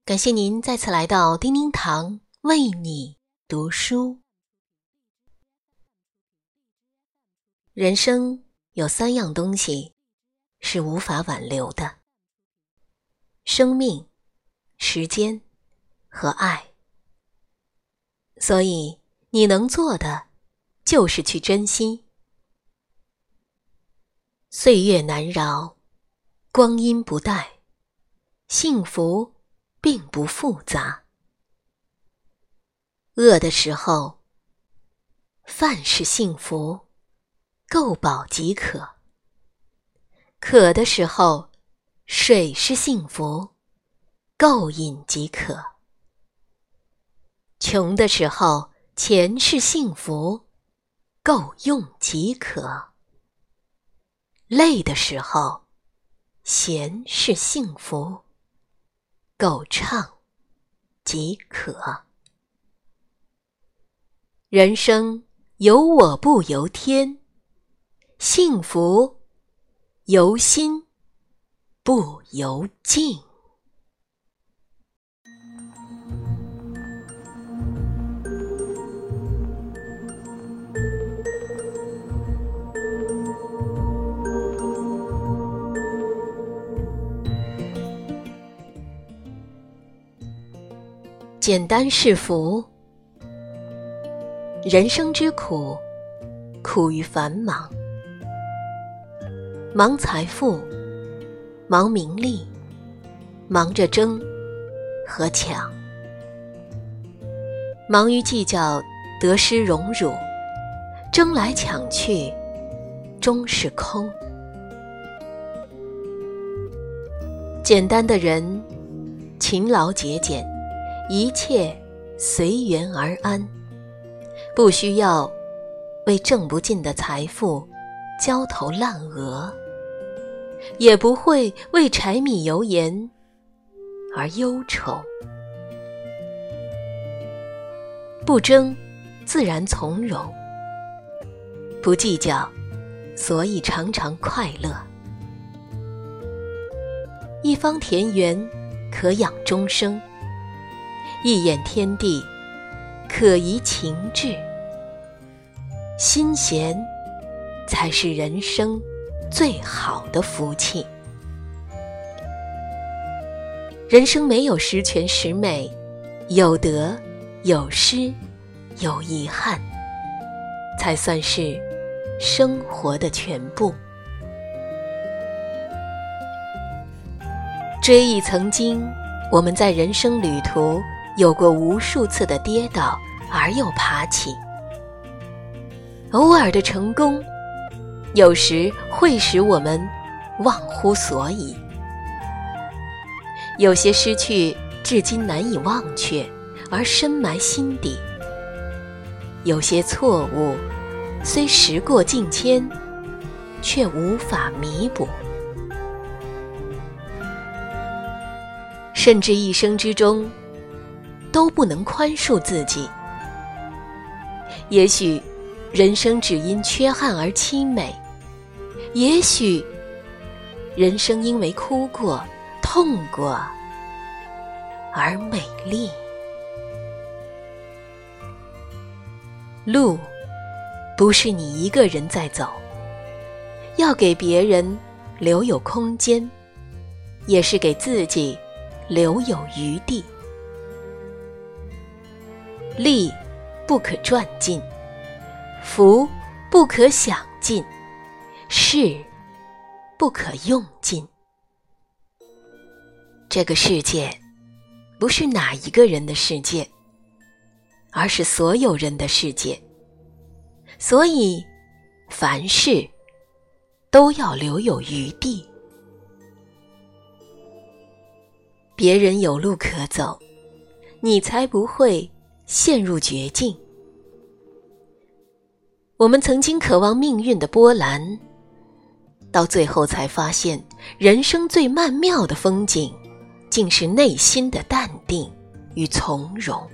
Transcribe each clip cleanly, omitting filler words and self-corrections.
感谢您再次来到叮叮堂为你读书。人生有3样东西是无法挽留的：生命、时间和爱。所以你能做的就是去珍惜。岁月难饶，光阴不待，幸福并不复杂。饿的时候，饭是幸福，够饱即可；渴的时候，水是幸福，够饮即可；穷的时候，钱是幸福，够用即可；累的时候，闲是幸福，够唱即可。人生由我不由天，幸福由心不由境。简单是福。人生之苦，苦于繁忙。忙财富，忙名利，忙着争和抢，忙于计较得失荣辱，争来抢去，终是空。简单的人，勤劳节俭，一切随缘而安，不需要为挣不尽的财富焦头烂额，也不会为柴米油盐而忧愁。不争，自然从容；不计较，所以常常快乐。一方田园，可养终生；一眼天地，可怡情志。心闲才是人生最好的福气。人生没有十全十美，有得有失有遗憾，才算是生活的全部。追忆曾经，我们在人生旅途有过无数次的跌倒而又爬起。偶尔的成功，有时会使我们忘乎所以。有些失去至今难以忘却，而深埋心底；有些错误虽时过境迁，却无法弥补。甚至一生之中都不能宽恕自己。也许人生只因缺憾而凄美，也许人生因为哭过痛过而美丽。路不是你一个人在走，要给别人留有空间，也是给自己留有余地。力不可赚尽，福不可享尽，势不可用尽。这个世界不是哪一个人的世界，而是所有人的世界。所以凡事都要留有余地。别人有路可走，你才不会陷入绝境。我们曾经渴望命运的波澜，到最后才发现，人生最曼妙的风景，竟是内心的淡定与从容。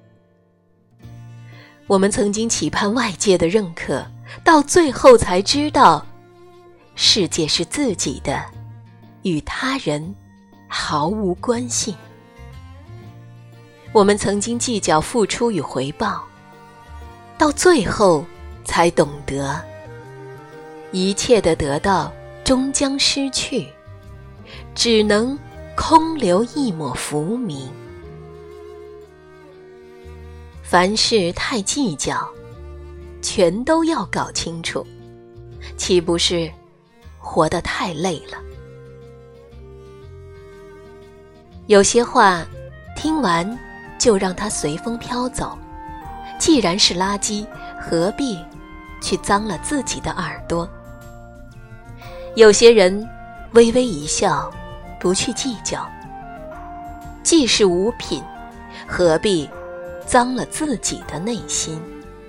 我们曾经期盼外界的认可，到最后才知道，世界是自己的，与他人毫无关系。 我们曾经计较付出与回报，到最后才懂得，一切的得到终将失去，只能空留一抹浮名。凡事太计较，全都要搞清楚，岂不是活得太累了？有些话听完就让它随风飘走，既然是垃圾，何必去脏了自己的耳朵？有些人微微一笑，不去计较，既是无品，何必脏了自己的内心？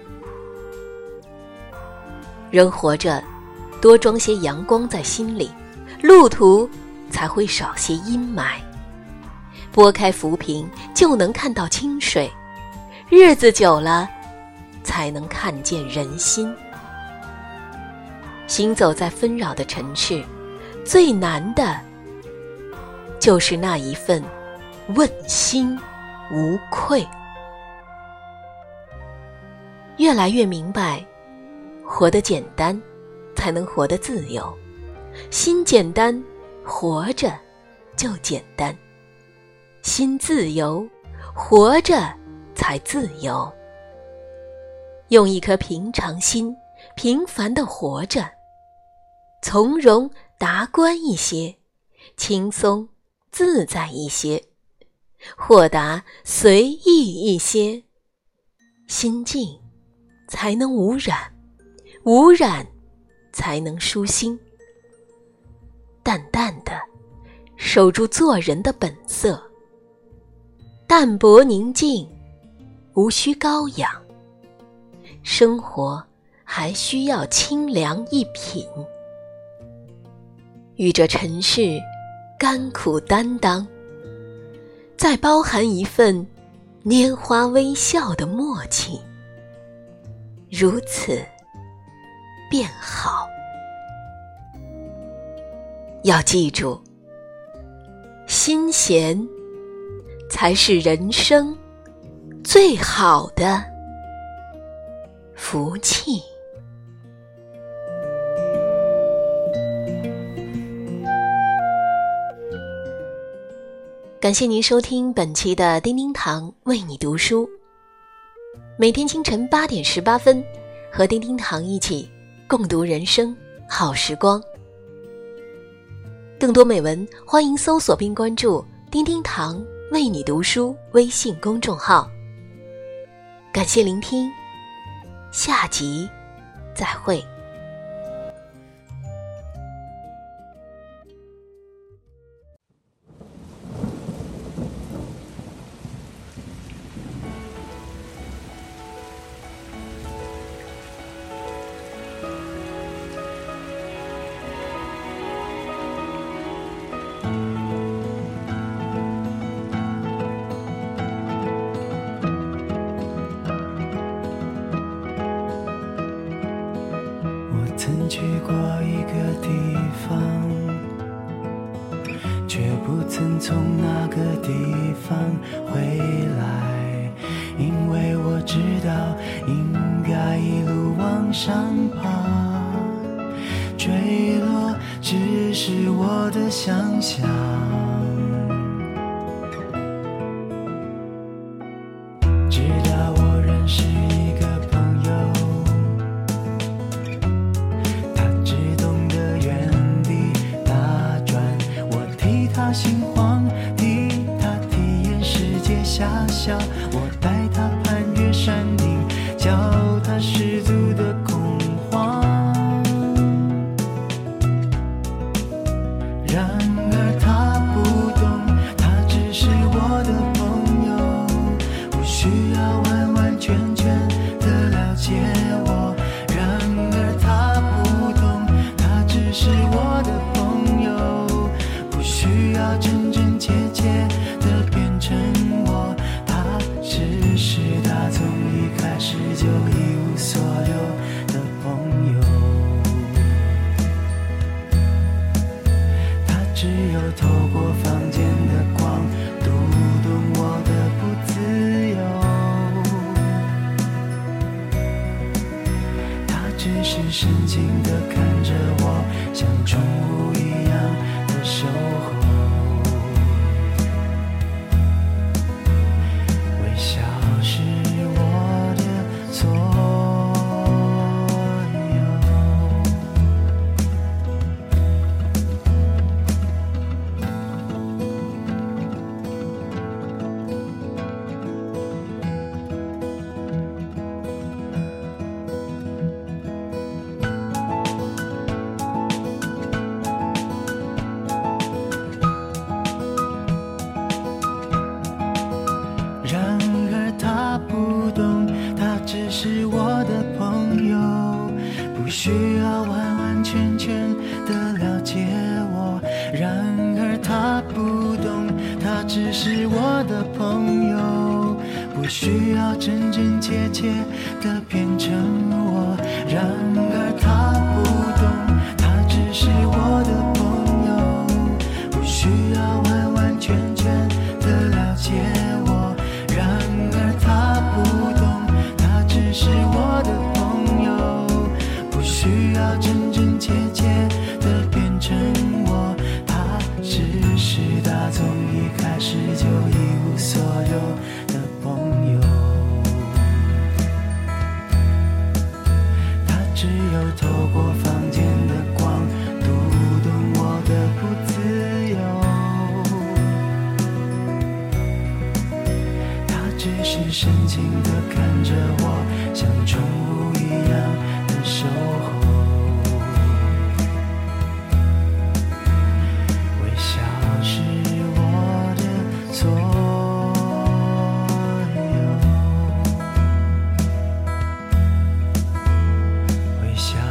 人活着，多装些阳光在心里，路途才会少些阴霾。拨开浮萍，就能看到清水，日子久了，才能看见人心。行走在纷扰的城市，最难的就是那一份问心无愧。越来越明白，活得简单，才能活得自由。心简单，活着就简单；心自由，活着才自由。用一颗平常心，平凡地活着，从容达观一些，轻松自在一些，豁达随意一些，心静才能无染，无染才能舒心。淡淡的守住做人的本色，淡泊宁静，无需高雅，生活还需要清凉一品。与这尘世甘苦担当，再包含一份拈花微笑的默契，如此便好。要记住，心闲才是人生最好的福气。感谢您收听本期的叮叮堂为你读书，每天清晨8点18分，和叮叮堂一起共读人生好时光。更多美文，欢迎搜索并关注叮叮堂为你读书微信公众号。感谢聆听，下集再会。 曾去过一个地方，却不曾从那个地方回来，因为我知道应该一路往上爬，坠落只是我的想象。直到我认识一个朋友，他心慌，替他体验世界狭小，我带他攀越山顶，教他十足的恐慌。然而他不懂，他只是我的朋友，不需要完完全全的了解我。然而他不懂，他只是我的朋友，不需要真真切切地变成我，他是宠物一样的守候。微笑是我的所只是我的朋友，不需要完完全全的了解我。然而他不懂，他只是我的朋友，不需要真真切切的变成我。然而他不懂，他只是我的朋友，不需要完完全全的了解我。然而他不懂，只是我的朋友，不需要真真切切的变成我。他只是打从一开始就一无所有的朋友，他只有透过房间的光读懂我的不自由，他只是深情地看着我，像宠物一样的守候。微笑是我的所有，微笑